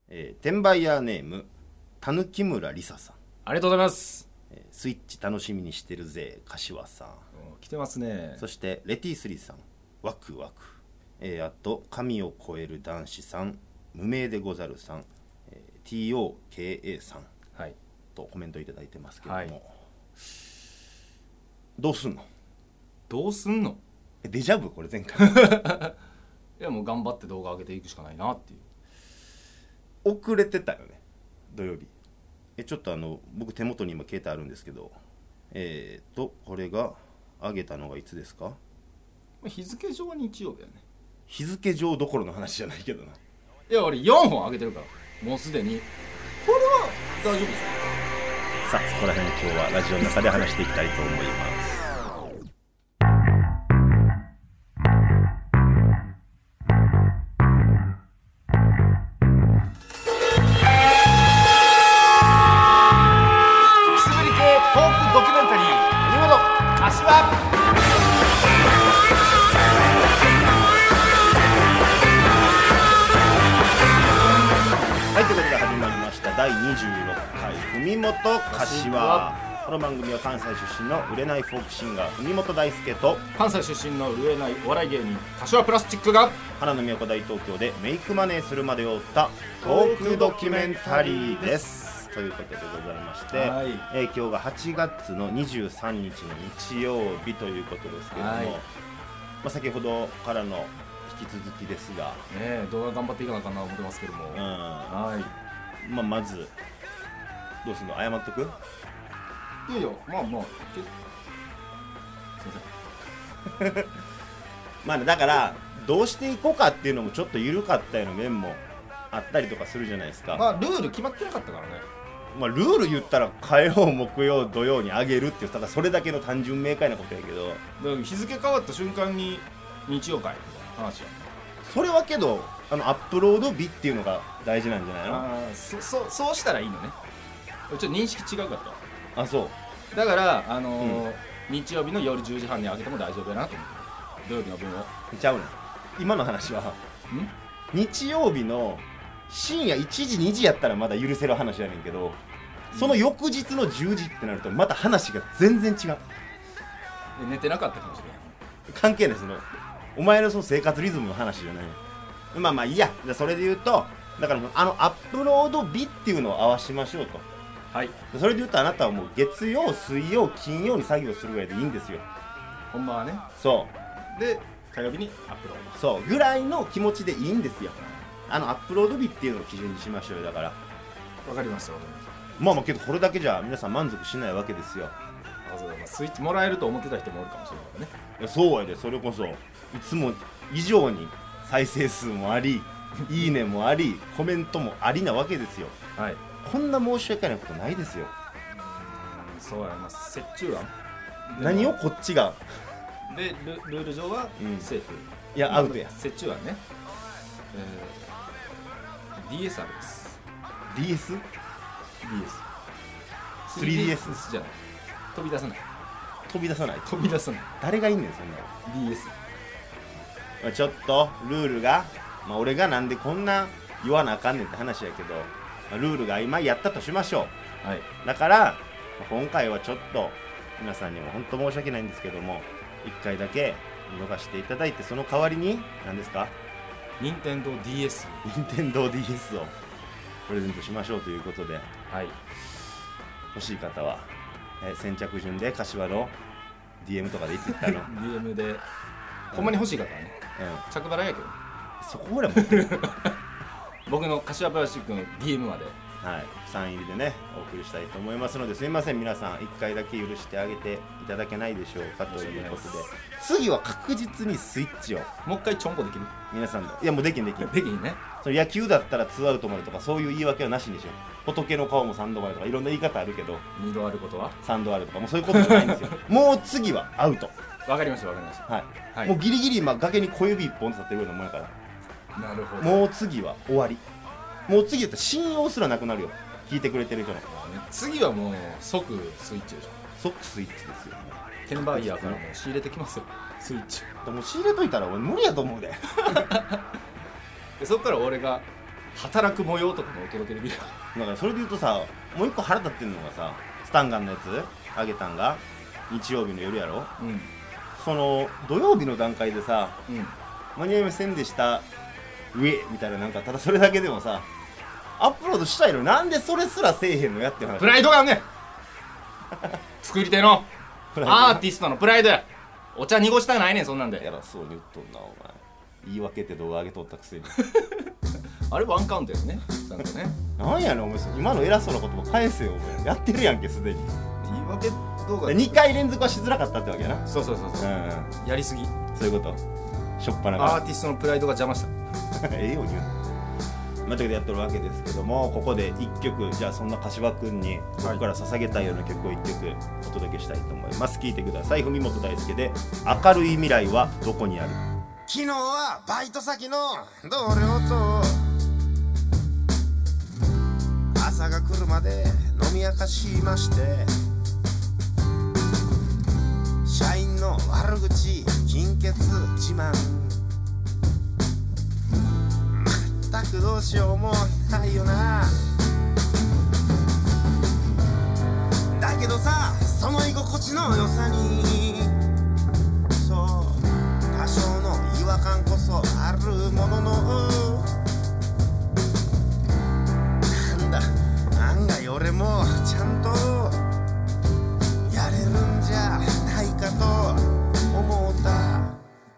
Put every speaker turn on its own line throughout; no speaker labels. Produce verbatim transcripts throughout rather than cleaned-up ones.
えー、転売ヤーネームたぬき村りささん、
ありがとうございます。
えー、スイッチ楽しみにしてるぜ柏さん、
来てますね。
そしてレティスリさん、ワクワク、えー、あと神を超える男子さん、無名でござるさん、えー、ティーオーケーエー さん、
はい、
とコメントいただいてますけども、はい、どうすんの
どうすんの
えデジャブこれ前回
いやもう頑張って動画上げていくしかないなっていう。
遅れてたよね土曜日。えちょっとあの僕手元に今携帯あるんですけど、えーとこれが上げたのがいつですか。
日付上は日曜日やね。
日付上どころの話じゃないけどな。
いや俺よんほん上げてるからもうすでにこれは大丈夫でしょ。
さあそこら辺今日はラジオの中で話していきたいと思います。だいにじゅうろっかい文元柏。この番組は関西出身の売れないフォークシンガー文元大輔と
関西出身の売れないお笑い芸人柏プラスチックが
花の都大東京でメイクマネーするまでを追ったトークドキュメンタリーです。ということでございまして、はい、えー、今日がはちがつのにじゅうさんにちの日曜日ということですけれども、はい、まあ、先ほどからの引き続きですが、
ね、動画頑張っていかなあかんなと思ってますけども、うん、はい、
まあ、まずどうすんの、謝っとく。
いやいや、まあまあすいません
まあ、ね、だからどうしていこうかっていうのもちょっと緩かったような面もあったりとかするじゃないですか。
まあルール決まってなかったからね。
まあルール言ったら火曜木曜土曜に上げるっていう、ただそれだけの単純明快なことやけど、
だから日付変わった瞬間に日曜かいみたいな話や。
それはけどあのアップロード日っていうのが大事なんじゃないの。
あそそそうしたらいいのね。ちょっと認識違うかった。
あ、そう
だからあのーうん、日曜日の夜じゅうじはんに上げても大丈夫やなと思って。土曜日の分を
ちゃうねん。今の話はん日曜日の深夜いちじにじやったらまだ許せる話やねんけど、うん、その翌日のじゅうじってなるとまた話が全然違う。
寝てなかったかもしれない。
関係ない、そのお前のその生活リズムの話じゃない。まあまあいいや。それで言うと、だからあのアップロード日っていうのを合わしましょうと。はい。それで言うとあなたはもう月曜水曜金曜に作業するぐらいでいいんですよ。
ほんまはね。
そう
で火曜日にアップロード、
そうぐらいの気持ちでいいんですよ。あのアップロード日っていうのを基準にしましょうよ。だから
わかりました。わかりました。
まあまあけどこれだけじゃ皆さん満足しないわけですよ。
あ、そうだ、まあ、スイッチもらえると思ってた人もおるかもしれないからね。
いやそうやで。それこそいつも以上に再生数もありいいねもありコメントもありなわけですよ。はい。こんな申し訳ないことないですよ。
うーん、そうやな、まあ、折衷案
何をこっちが
で ル, ルール上はセーフ、うん、
いやアウトや。
折衷案ね、えー、ディーエス あるです。
ディーエス？ ディーエス スリーディーエス
じゃない。飛び出さない
飛び出さない
飛び出さない
誰がいんねんそんなの。
ディーエス、
まあ、ちょっとルールが、まあ、俺がなんでこんな言わなあかんねんって話やけど、まあ、ルールが曖昧やったとしましょう。はい。だから、まあ、今回はちょっと皆さんにも本当申し訳ないんですけども、いっかいだけ見逃していただいて、その代わりに何ですか、
任天堂 ディーエス
任天堂 ディーエス をプレゼントしましょうということで、はい、欲しい方は、えー、先着順で柏の ディーエム とかでいつ行ったの
ディーエム でほんまに欲しい方はね、うん、着払いやけど
そこぐらい持ってる
僕の柏プラスチックの ディーエム まで、
はい、サイン入りでねお送りしたいと思いますので、すみません皆さんいっかいだけ許してあげていただけないでしょうかということで、次は確実にスイッチを
もう一回ちょんこできる
皆さんで。いやもうできんできん
できんね。
その野球だったらツーアウトまでとかそういう言い訳はなしにしよう。仏の顔もさんどまでとかいろんな言い方あるけど、
にどあることは
さんどあるとかもうそういうことじゃないんですよもう次はアウト。
わかりましたわかりました、はい
はい、もうギリギリ今崖に小指一本立ってるようなもんやから。
なるほど。
もう次は終わり。もう次だったら信用すらなくなるよ、聞いてくれてる人の。
次はもう即スイッチでしょ。
即スイッチですよ。
転売ヤーからもう仕入れてきますよスイッチ。
もう仕入れといたら俺無理やと思うで
でそっから俺が働く模様とかもお届けできる
だからそれで言うとさ、もう一個腹立ってんのがさ、スタンガンのやつあげたんが日曜日の夜やろ、うん、その土曜日の段階でさ、うん、間に合いませんでした上みたいな、なんかただそれだけでもさアップロードしたいの、なんでそれすらせえへんのやって話。
プライドがあんねん作り手のアーティストのプライドや。お茶濁したくないねん、そんなんで。
やらそうに言っとんなお前。言い訳って動画上げとったくせに
あれワンカウントやね、ちゃんとね。
なんやねんお前、今の偉そうな言葉返せよお前。やってるやんけすでに。
言い訳動画
にかい連続はしづらかったってわけやな。
そうそうそうそう、うん、やりすぎ。
そういうこと。しょっぱなが
アーティストのプライドが邪魔した
ええように言うの。まあ、というわけでやってるわけですけども、ここでいっきょく、じゃあそんな柏くんに僕から捧げたいような曲をいっきょくお届けしたいと思います。聴いてください。文本大輔で明るい未来はどこにある。
昨日はバイト先の同僚と朝が来るまで飲み明かしまして、社員の悪口金欠自慢、まったくどうしようもないよな。だけどさ、その居心地の良さにそう多少の違和感こそあるものの、なんだ案外俺もちゃんとやれるんじゃないかと思った。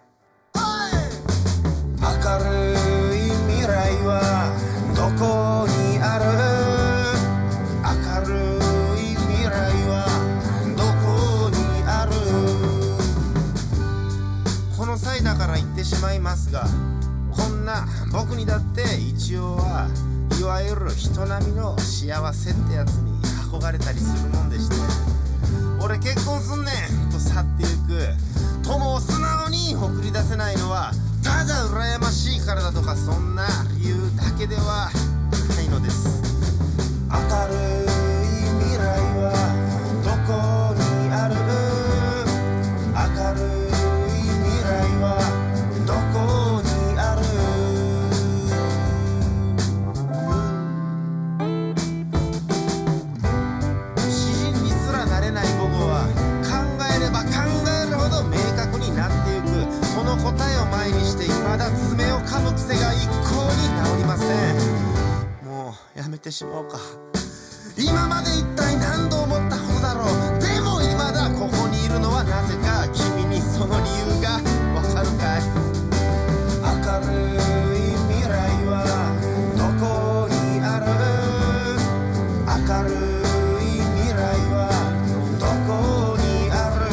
明るい未来はどこにある。明るい未来はどこにある。この際だから言ってしまいますが、こんな僕にだって一応はいわゆる人並みの幸せってやつに憧れたりするもんでして、俺結婚すんねんと去ってゆく友を素直に送り出せないのはただ羨ましいからだとか、そんな理由だけではないのです。明るい未来はどこにある。明るい未来はどこにある。詩人にすらなれない僕は考えれば考えるほど明確になってゆく。その答えを前にして未だ爪を噛む癖が一向に治りません。もうやめてしまおうか。今まで一体何度思ったことだろう。でも未だここにいるのはなぜか。君にその理由がわかるかい。明るい未来はどこにある。明るい未来はどこにある。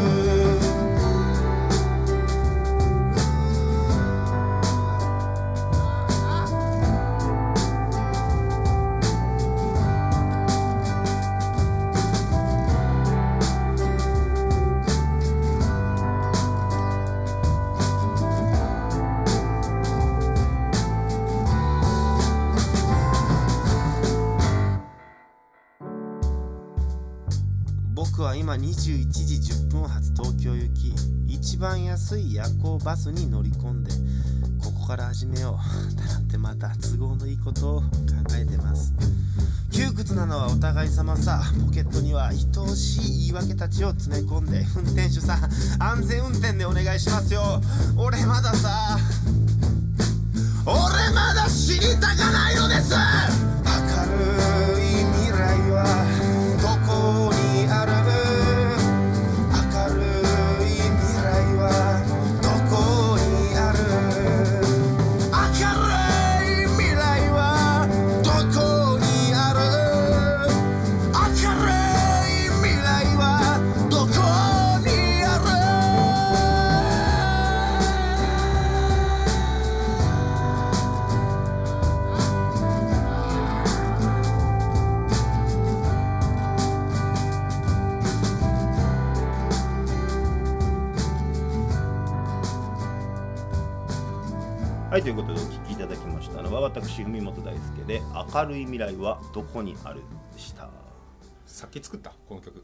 僕は今にじゅういちじじゅっぷん発東京行き、一番安い夜行バスに乗り込んでここから始めようだなんてまた都合のいいことを考えてます。窮屈なのはお互い様さ。ポケットには愛おしい言い訳たちを詰め込んで、運転手さん安全運転でお願いしますよ。俺まださ俺まだ死にたかないのです。明るい未来はどこにある。明るい未来はどこにある。明るい未来はどこにある。明るい未来はどこにある。
はい、ということでお聴きいただきましたのは私文本大輔で明るい未来はどこにあるでした。
さっき作ったこの曲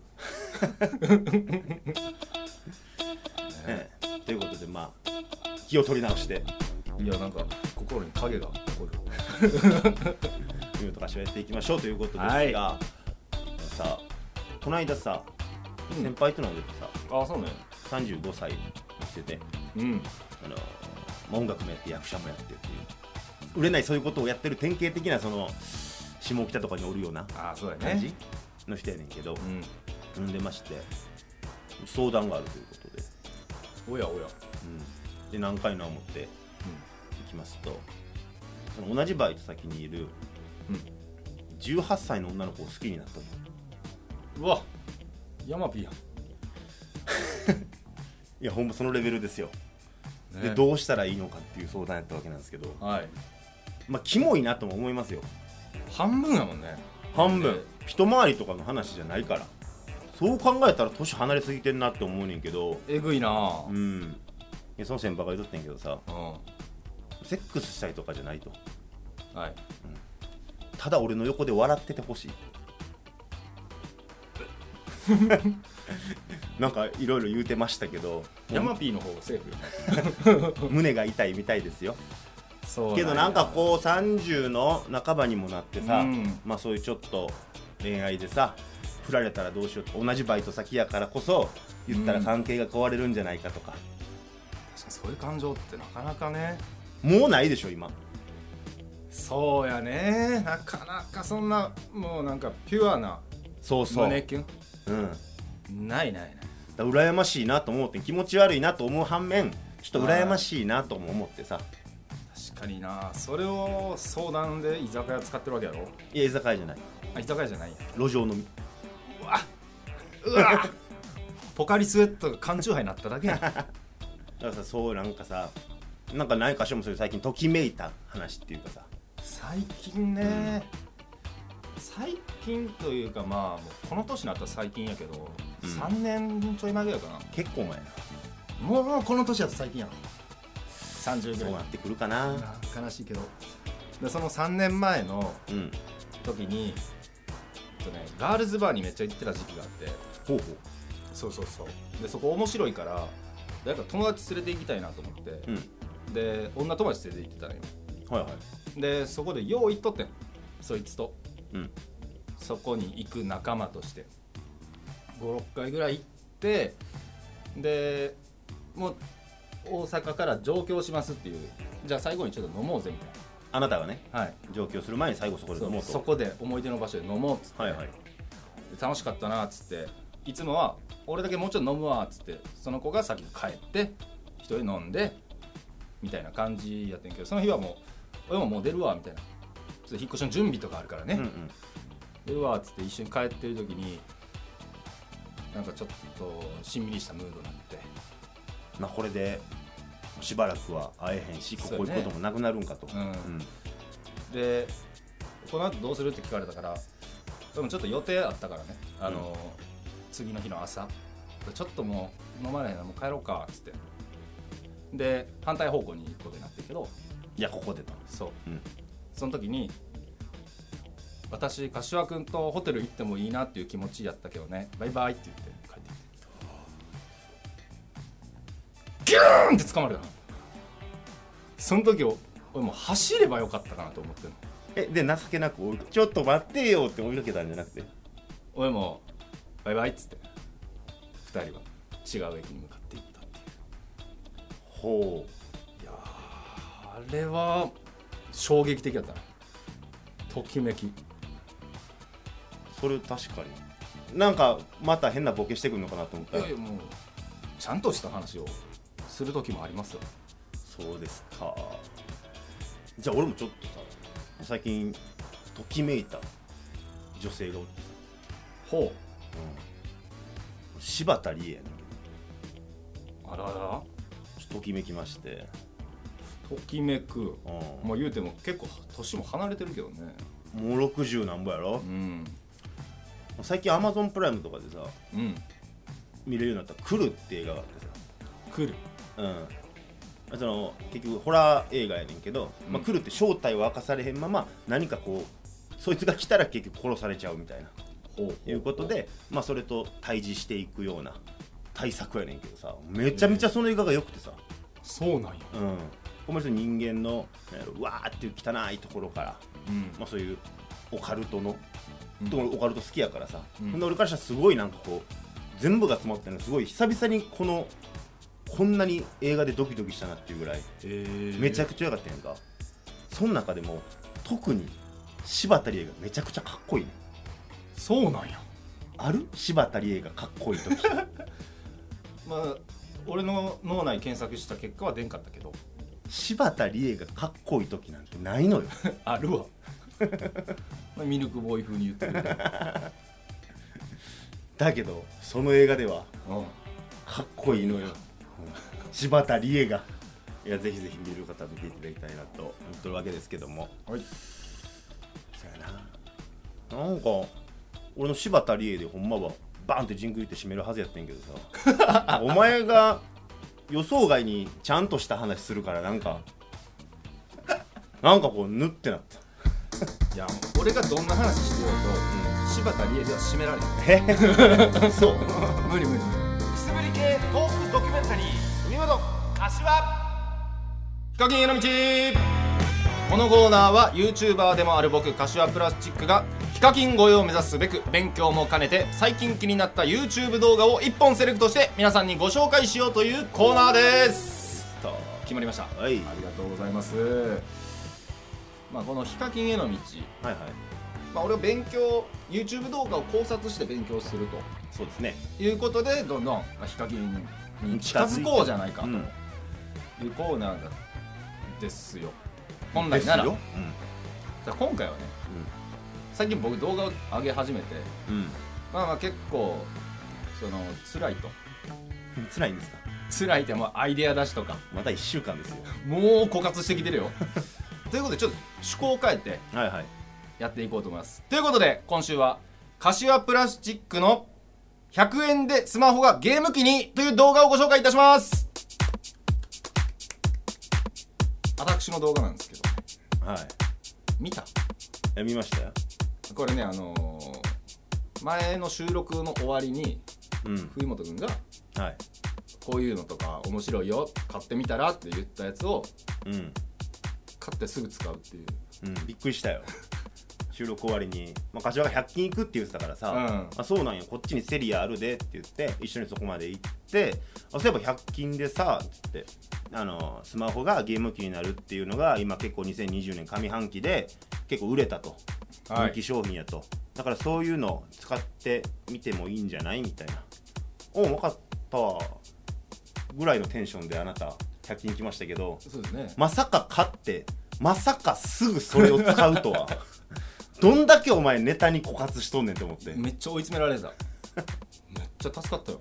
ね、ということでまあ気を取り直して、
いやなんか心に影が怒る
いうとかしらやっていきましょうということですが、はい、さあこの間さ、うん、先輩と飲んでてさ、
あ、そうね、
さんじゅうごさいしてて、うん、あの音楽もやって役者もやってっていう売れないそういうことをやってる典型的なその下北とかにおるような感じの人やねんけど、うん、飲んでまして相談があるということで、
おやおや、
うん、で何回な思って行きますと、その同じバイト先にいる、うん、じゅうはっさいの女の子を好きになったの。
うわ、ヤマピーやん
いやほんまそのレベルですよ、ね、でどうしたらいいのかっていう相談やったわけなんですけど、はい、まあキモいなとも思いますよ。
半分やもんね。
半分、一回りとかの話じゃないから、そう考えたら年離れすぎてんなって思うねんけど、
えぐいなぁ。
うん。その先輩が言っとってんけどさ、うん、セックスしたいとかじゃないと、はい、うん、ただ俺の横で笑っててほしいなんかいろいろ言うてましたけど、
ヤマピーの方がセーフよ
胸が痛いみたいですよ。そうけどなんかこうさんじゅうの半ばにもなってさ、うん、まあそういうちょっと恋愛でさ振られたらどうしようと、同じバイト先やからこそ言ったら関係が変われるんじゃないかとか、うん、確
かにそういう感情ってなかなかね、
もうないでしょ今。
そうやね、なかなかそんなもうなんかピュアな胸キュン、うん、ないないない。
だ羨ましいなと思って、気持ち悪いなと思う反面ちょっと羨ましいなとも思ってさ。
確かにな、それを相談で居酒屋使ってるわけやろ。
いや居酒屋じゃない。
あ、居酒屋じゃないや、
路上飲み。
うわうわポカリスエットが缶チューハイになっただけやだ
からさ、そうなんかさ、なんか何かしらもそれ最近ときめいた話っていうかさ、
最近ね、うん、最近というかまあもうこの年になったら最近やけど、うん、さんねんちょい前ぐらいかな。
結構前や
な。もうもうこの年やと最近やろ。さんじゅうぐらい。
そうなってくるかな。
悲しいけど。でそのさんねんまえの時に、うんとね、ガールズバーにめっちゃ行ってた時期があって。ほうほう。そうそうそう。でそこ面白いから誰か友達連れて行きたいなと思って、うん、で女友達連れて行ってたのよ。はいはい。でそこでよう行っとってん、そいつと、うん、そこに行く仲間としてごろっかいぐらい行って、でもう大阪から上京しますっていう、じゃあ最後にちょっと飲もうぜみたいな。
あなたがね、はい、上京する前に最後そこで飲もうと。
そ, そこで思い出の場所で飲もうっつって、はいはい、楽しかったなっつって、いつもは俺だけもうちょっと飲むわっつって、その子が先に帰って一人飲んでみたいな感じやってんけど、その日はもう俺ももう出るわみたいな、ちょっと引っ越しの準備とかあるからね、うんうん、出るわっつって一緒に帰ってる時になんかちょっとしんみりしたムードになって、
まあこれでしばらくは会えへんし、ここ行くこともなくなるんかと、うんうん、
でこの後どうするって聞かれたから、でもちょっと予定あったからね、あの、うん、次の日の朝ちょっともう飲まれへんな、もう帰ろうかっつって、で反対方向に行くことになってるけど、
いやここでと、
そう、うん、その時に私柏くんとホテル行ってもいいなっていう気持ちやったけどね、バイバイって言って帰ってきて、ギューンって掴まれたの。その時俺もう走ればよかったかなと思ってるの。
えで情けなくちょっと待ってよって追いかけたんじゃなくて、
俺もバイバイっつってふたりは違う駅に向かっていったっていう。
ほ
う、いやあれは衝撃的だったね。ときめき。
それ確かになんかまた変なボケしてくるのかなと思ったら、
いやいやもうちゃんとした話をする時もありますよ。
そうですか。じゃあ俺もちょっとさ、最近ときめいた女性がおってさ、
ほう、うん、
柴田理恵やねんけ
ど、あらあら、ちょ
っとときめきまして。
ときめく、うん、まあ言うても結構年も離れてるけどね。
もうろくじゅうなんぼやろ、うん、最近 Amazon プライムとかでさ、うん、見れるようになったら「来る」って映画があってさ。
来る、
うん、その結局ホラー映画やねんけど、うん、まあ、来るって正体を明かされへんまま何かこうそいつが来たら結局殺されちゃうみたいな、ほういうことで、まあ、それと対峙していくような対策やねんけどさ、めちゃめちゃその映画が良くてさ。
そうなんや。
うん、 この人間のうわーっていう汚いところから、うんまあ、そういうオカルトの、うん、オカルト好きやからさ、うん、で俺からしたらすごいなんかこう全部が詰まってるのすごい久々にこのこんなに映画でドキドキしたなっていうぐらい、えー、めちゃくちゃ良かったやんか。その中でも特に柴田理恵がめちゃくちゃかっこいいね。
そうなんや。
ある？柴田理恵がかっこいい時
まあ俺の脳内検索した結果は出んかったけど、
柴田理恵がかっこいい時なんてないのよ
あるわミルクボーイ風に言ってる
だけどその映画では、うん、かっこいいのよ、うん、柴田理恵がいやぜひぜひ見る方は見ていただきたいなと思ってるわけですけども、はい、そうやな。なんか俺の柴田理恵でほんまはバーンってジングリって締めるはずやってんけどさお前が予想外にちゃんとした話するからなんかなんかこうぬってなった
いや俺がどんな話してようと、うん、柴田理恵では締められないそう無理無理無理。くすぶり系トークドキュメンタリー海本柏ヒカキンへの道。このコーナーは YouTuber でもある僕柏プラスチックがヒカキン超えを目指すべく勉強も兼ねて最近気になった YouTube 動画をいっぽんセレクトして皆さんにご紹介しようというコーナーです。決まりました、はい、ありがとうございます。まあ、このヒカキンへの道、はいはいまあ、俺は勉強 YouTube 動画を考察して勉強すると
そうですね
いうことでどんどんヒカキンに近づこうじゃないかというコーナーですよ本来なら、うん、じゃあ今回はね、うん、最近僕動画を上げ始めて、うん、まあまあ結構その辛いと
辛いんですか。
辛いってもうアイデア出しとか
またいっしゅうかんですよ
もう枯渇してきてるよということでちょっと趣向を変えてやっていこうと思います、はいはい、ということで今週は柏プラスチックのひゃくえんでスマホがゲーム機にという動画をご紹介いたします。私の動画なんですけど、はい、見た？
え見ましたよ。
これねあのー、前の収録の終わりに、うん、冬本くんが、はい、こういうのとか面白いよ買ってみたらって言ったやつを、うん、買ってすぐ使うっていう、
うん、びっくりしたよ収録終わりに、まあ、柏がひゃく均行くって言ってたからさ、うん、あそうなんよこっちにセリアあるでって言って一緒にそこまで行ってあそういえばひゃく均でさっつってあのスマホがゲーム機になるっていうのが今結構にせんにじゅうねん上半期で結構売れたと、はい、人気商品やとだからそういうのを使ってみてもいいんじゃないみたいなお分かったわぐらいのテンションであなたひゃく均来ましたけど
そうですね、
まさか買ってまさかすぐそれを使うとはどんだけお前ネタに枯渇しとんねんって思って
めっちゃ追い詰められためっちゃ助かったよ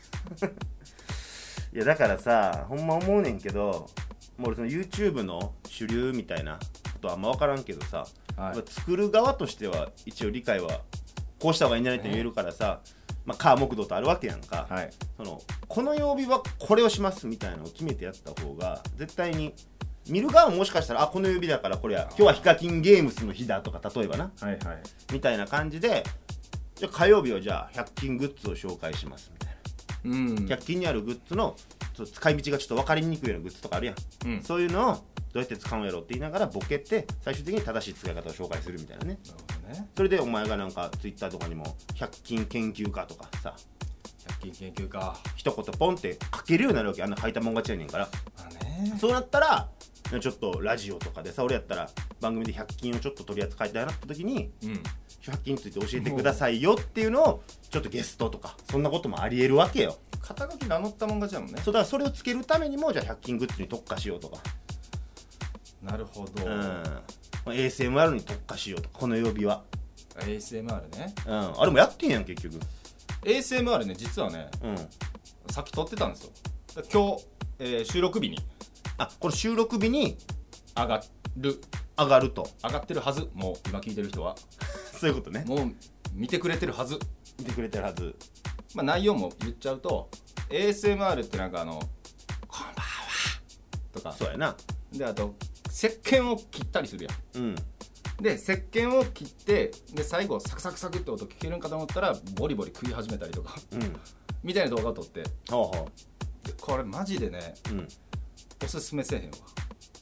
いやだからさほんま思うねんけどもう俺その YouTube の主流みたいなことはあんま分からんけどさ、はい、作る側としては一応理解はこうした方がいいんじゃないって言えるからさ、まあ、科目度とあるわけやんか、はい、そのこの曜日はこれをしますみたいなのを決めてやった方が絶対に見る側ももしかしたらあこの曜日だからこれは今日はヒカキンゲームスの日だとか例えばな、はいはい、みたいな感じでじゃあ火曜日はじゃあひゃく均グッズを紹介しますみたいな、うん、ひゃく均にあるグッズの使い道がちょっと分かりにくいようなグッズとかあるやん、うん、そういうのをどうやって使うんやろって言いながらボケて最終的に正しい使い方を紹介するみたいなね。なるほどね。それでお前がなんか Twitter とかにもひゃく均研究家とかさ
ひゃく均研究家
一言ポンって書けるようになるわけ。あんな書いたもん勝ちやねんから、まあね、そうなったらちょっとラジオとかでさ俺やったら番組でひゃく均をちょっと取り扱いたいなった時に、うん、ひゃく均について教えてくださいよっていうのをちょっとゲストとかそんなこともありえるわけよ。
肩書き名乗ったもん勝ちだもんね。
そうだからそれをつけるためにもじゃあひゃく均グッズに特化しようとか。
なるほど、
うん、エーエスエムアール に特化しようとかこの曜日は
エーエスエムアール ね、
うん、あれもやってんやん結局
エーエスエムアール ね実はね、うん、さっき撮ってたんですよ今日、えー、収録日に
あこの収録日に
上がる
上がると
上がってるはずもう今聞いてる人は
そういうことね。
もう見てくれてるはず
見てくれてるはず。
まあ内容も言っちゃうと エーエスエムアール ってなんかあのこんばんはとか
そうやな。
であと石鹸を切ったりするやん、うん、で石鹸を切ってで最後サクサクサクって音聞けるんかと思ったらボリボリ食い始めたりとか、うん、みたいな動画を撮ってほうほうでこれマジでね、うん、おすすめせえへんわ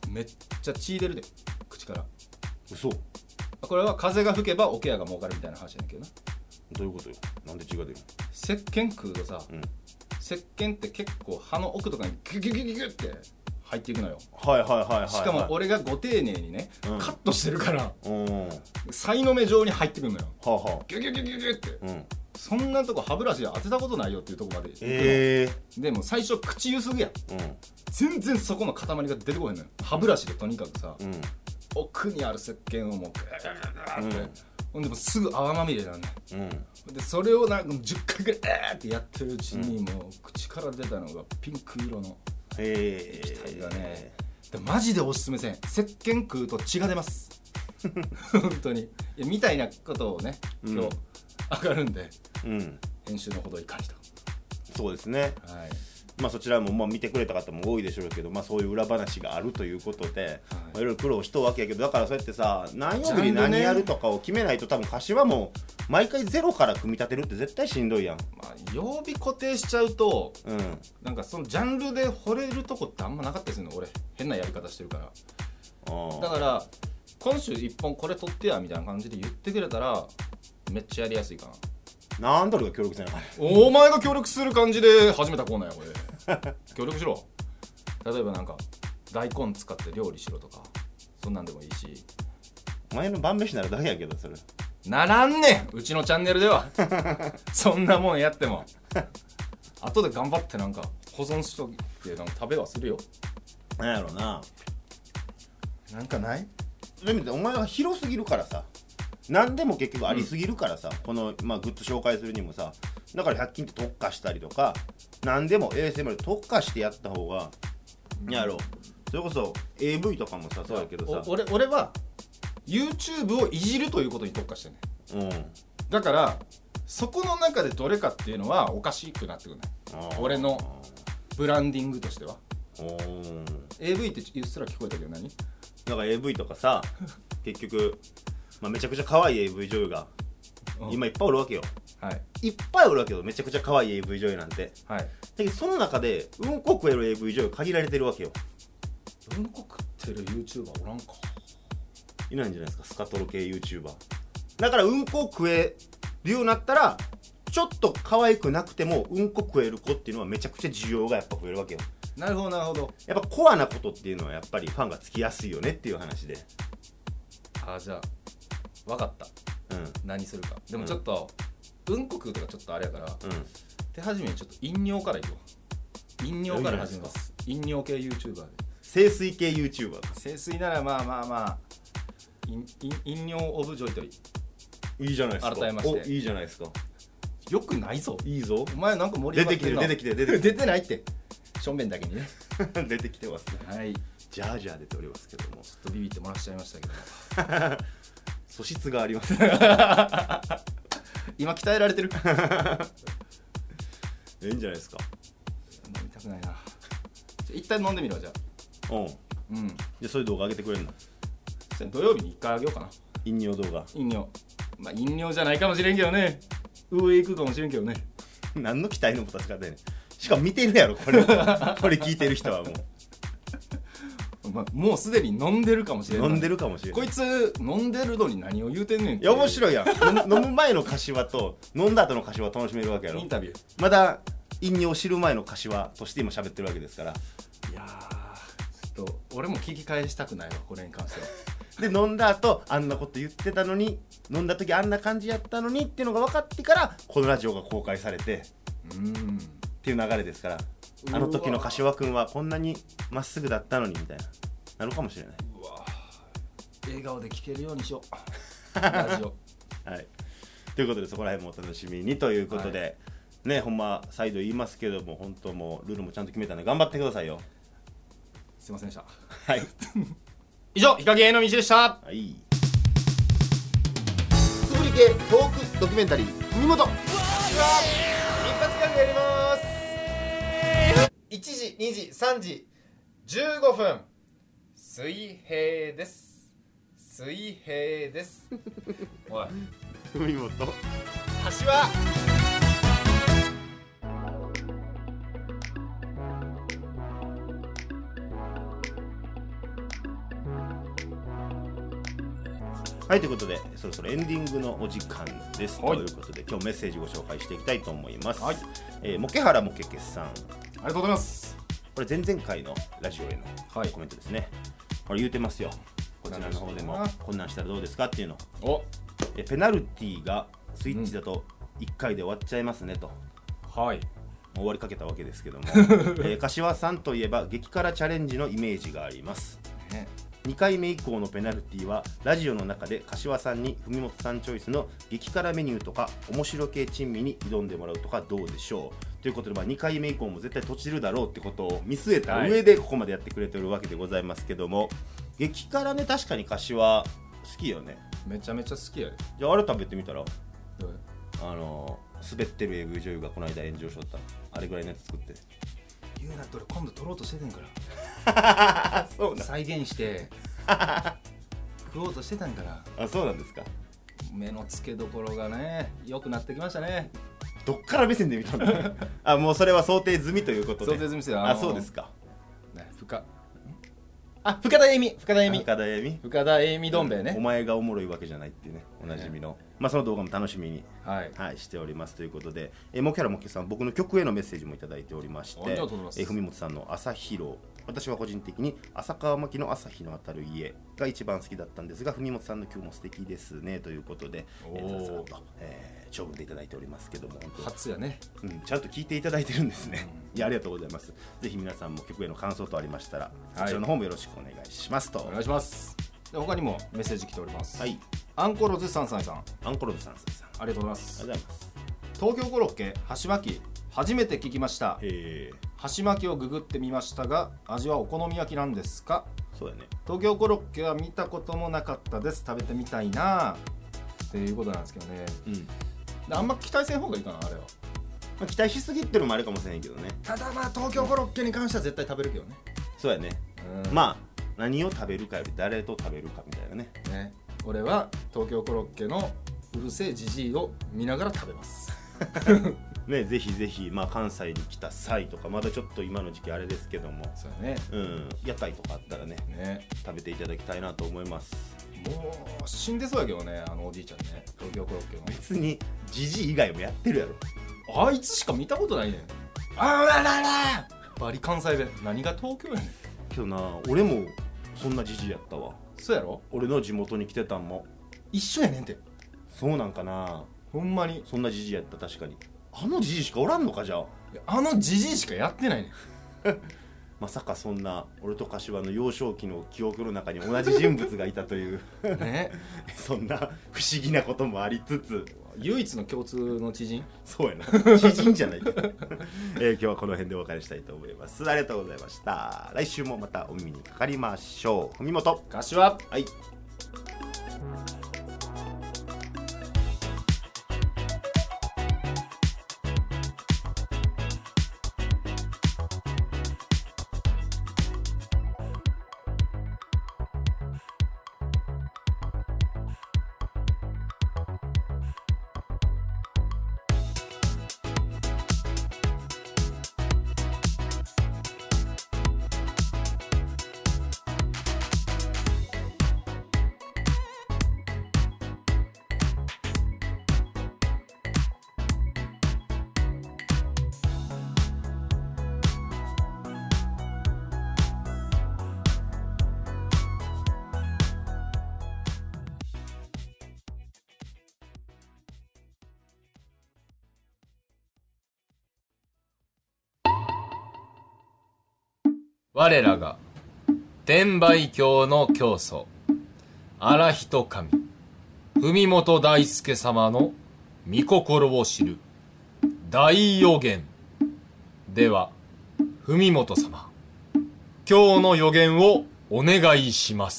めっちゃ血出るで口から。
嘘。
これは風が吹けば桶屋が儲かるみたいな話やねんけどな。
どういうことよ。なんで血が出る？
石鹸食うとさ、うん、石鹸って結構歯の奥とかにギュギュギュギュギュって入っていくのよ。
はいはいはいはい、はい、
しかも俺がご丁寧にね、うん、カットしてるから
うん
さいの目状に入ってくるのよ、
はあはあ、
ギュギュギュギュギュって、
うん、
そんなとこ歯ブラシで当てたことないよっていうとこまで、
えー、
でも最初口ゆすぐやん、うん、全然そこの塊が出てこへんのよ。歯ブラシでとにかくさ、うん、奥にある石鹸をもうグーって、うん、ほんでもすぐ泡まみれなんね、うん、でそれをなんかじゅっかいぐらいえーってやってるうちに、もう口から出たのがピンク色の液体がね、でマジでおすすめせん。石鹸食うと血が出ます本当に。いやみたいなことをね今日上がるんで、うん、編集のほどいかにと。
そうですね、
はい。
まあそちらもまあ見てくれた方も多いでしょうけど、まあそういう裏話があるということで、はい、まあ、いろいろ苦労しとるわけやけど、だからそうやってさ、何曜日に何やるとかを決めないと多分柏も毎回ゼロから組み立てるって絶対しんどいやん。
まあ曜日固定しちゃうと、うん、なんかそのジャンルで掘れるとこってあんまなかったりするの。俺変なやり方してるから。あ、だから今週一本これ撮ってやみたいな感じで言ってくれたらめっちゃやりやすいかな。
なんで俺が協力せないの？
お前が協力する感じで始めたコーナーやこれ協力しろ。例えばなんか大根使って料理しろとか、そんなんでもいいし。
お前の晩飯ならだけやけど、それ
ならんねん、うちのチャンネルではそんなもんやっても後で頑張ってなんか保存しといてなんか食べはするよ。
なんやろな、
なんかない？
そういう意味でお前は広すぎるからさ、何でも結局ありすぎるからさ、うん、この、まあ、グッズ紹介するにもさ、だからひゃく均って特化したりとか、何でも エーエスエムアール 特化してやった方が、うん、やろう。それこそ エーブイ とかもさ、そうやけどさ、
俺, 俺は YouTube をいじるということに特化してね、うん、だからそこの中でどれかっていうのはおかしくなってくるね、俺のブランディングとしては。エーブイ ってうっすら聞こえたけど何？
だから エーブイ とかさ結局まあ、めちゃくちゃ可愛い エーブイ 女優が今いっぱいおるわけよ、はい、いっぱいおるわけよ。めちゃくちゃ可愛い エーブイ 女優なんて、はい、だけどその中でうんこ食える エーブイ 女優限られてるわけよ。
うんこ食ってる YouTuber おらんか？
いないんじゃないですか、スカトロ系 YouTuber。 だからうんこ食えるようになったらちょっと可愛くなくてもうんこ食える子っていうのはめちゃくちゃ需要がやっぱ増えるわけよ。
なるほどなるほど。
やっぱコアなことっていうのはやっぱりファンがつきやすいよねっていう話で。
あ、じゃあ分かった、うん、何するか。でもちょっと、うん、うんこ食うとかちょっとあれやから、うん、手始めにちょっと飲尿からいこう。飲尿から始めます。飲尿系 YouTuber で。
清水系 YouTuber。
清水ならまあまあまあ飲尿オブジョイトイ
いいじゃないですか。
改めまして、
お、いいじゃないですか。
よくないぞ。
いいぞ。
お前なんか盛り上がってるな。
出てきてる出てきてる
出てないって正面だけにね
出てきてますね。
はい、
ジャージャー出ておりますけども、
ちょっとビビって漏らしちゃいましたけど
素質があります
今鍛えられてる
いいんじゃないですか。
飲みたくないな。じゃ一旦飲んでみろ。じゃあ
うん、うん、じゃあそういう動画上げてくれるの？
土曜日にいっかいあげようかな。
飲尿動画。
飲尿、まあ飲尿じゃないかもしれんけどね。上行くかもしれんけどね
何の期待のもたつかってね。しかも見てるやろこれこれ聞いてる人はも
うまあ、もうすでに飲んでるかもしれない。
飲んでるかもしれない。
こいつ飲んでるのに何を言うてんねん。
いや面白いやん飲む前の柏と飲んだ後の柏楽しめるわけやろ。
インタビュー
まだ飲尿を知る前の柏として今喋ってるわけですから。
いやーちょっと俺も聞き返したくないわこれに関しては
で飲んだ後あんなこと言ってたのに、飲んだ時あんな感じやったのにっていうのが分かってからこのラジオが公開されて、うんっていう流れですから、あの時の柏くんはこんなにまっすぐだったのにみたいななるかもしれない。
うわ笑顔で聞けるようにしようラジオ
はいということでそこら辺もお楽しみにということで、はい、ねほんま再度言いますけども本当もうルールもちゃんと決めたんで頑張ってくださいよ。
すいませんでした。
はい
以上日陰への道でした。
はい。つぶり系トークドキュメンタリー文元。一
発ギャグやります。いちじにじさんじじゅうごふん水平です。水平ですおい
文元
柏
はい、ということでそろそろエンディングのお時間です、はい、ということで今日メッセージご紹介していきたいと思います、はい、えー、もけはらもけけさん、あ
りがとうございます。
これ前々回のラジオへのコメントですね、はい、これ言うてますよ、こちらの方でもこんなんしたらどうですかっていうの。おえペナルティーがスイッチだといっかいで終わっちゃいますねと、うん、はい、終わりかけたわけですけども、えー、柏さんといえば激辛チャレンジのイメージがあります、ね、にかいめ以降のペナルティはラジオの中で柏さんに文本さんチョイスの激辛メニューとか面白系珍味に挑んでもらうとかどうでしょうということで、まあ、にかいめ以降も絶対閉じるだろうってことを見据えた上でここまでやってくれてるわけでございますけども、はい、激辛ね、確かに柏好きよね。
めちゃめちゃ好きやで。
じゃああれ食べてみたら、あの滑ってる エーブイ 女優がこの間炎上しとったあれぐらいのやつ作って
言うなって俺今度撮ろうとしててんからそうな再現して食おうとしてたんから。
あ、そうなんですか。
目の付けどころがね良くなってきましたね。
どっから目線で見たのあ、もうそれは想定済みということで。
想定済みですよ。
あ、あのー、そうですか、
ね、深あ、深田栄美深田栄美
深田栄美
深田栄美どん兵衛ね、
うん、お前がおもろいわけじゃないっていうね、おなじみの、ね、まあその動画も楽しみに、はいはい、しておりますということで、えー、もきゃらもきさん、僕の曲へのメッセージもいただいておりまして、えー、文本さんの朝広、私は個人的に浅川真紀の朝日の当たる家が一番好きだったんですが、文本さんの曲も素敵ですねということで、えー、ざざと、えー、長文でいただいておりますけども、
初やね、
うん、ちゃんと聞いていただいてるんですね、うん、いやありがとうございます。ぜひ皆さんも曲への感想とありましたら、はい、そちらの方もよろしくお願いしますと。
お願いします。で他にもメッセージ来ております、はい、アンコロズさんさんさん
アンコロズさんさんさん
ありがとうございます。
ありがとうございます。
東京コロッケ箸巻き初めて聞きました。箸巻きをググってみましたが味はお好み焼きなんですか。
そうやね、
東京コロッケは見たこともなかったです。食べてみたいなっていうことなんですけどね、うん、あんま期待せん方がいいかなあれは、
まあ、期待しすぎってるのもあるかもしれんけどね。
ただまあ東京コロッケに関しては絶対食べるけどね。
そうやね、うん、まあ何を食べるかより誰と食べるかみたいな ね,
ね俺は東京コロッケのうるせえじじいを見ながら食べます
ね、ぜひぜひ、まあ、関西に来た際とかまだちょっと今の時期あれですけども、
そうね、
うん、屋台とかあったら ね, ね食べていただきたいなと思います。
もう死んでそうやけどね、あのおじいちゃんね、東京コロッケの。
別にジジイ以外もやってるや
ろ。あいつしか見たことないねん。あらららバリ関西弁。何が東京やねん。
けどな、俺もそんなジジイやったわ。
そうやろ。
俺の地元に来てたんも
一緒やねんて。
そうなんかな、
ほんまに
そんなジジイやった。確かにあのジジイしかおらんのか。じゃあ
あのジジイしかやってないねん
まさかそんな俺と柏の幼少期の記憶の中に同じ人物がいたというねそんな不思議なこともありつつ、
唯一の共通の知人。
そうやな、知人じゃないけど、えー、今日はこの辺でお別れしたいと思います。ありがとうございました。来週もまたお耳にかかりましょう。文本、
柏、
はい。
我らが天売教の教祖荒人神文本大輔様の御心を知る大予言では、文本様、今日の予言をお願いします。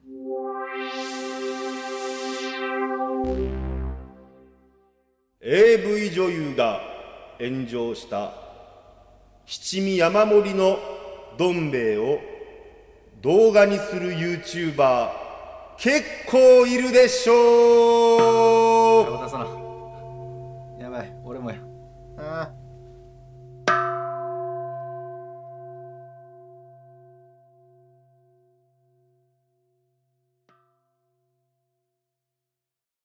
エーブイ 女優が炎上した七味山盛りのどん兵衛を動画にする YouTuber 結構いるでしょう。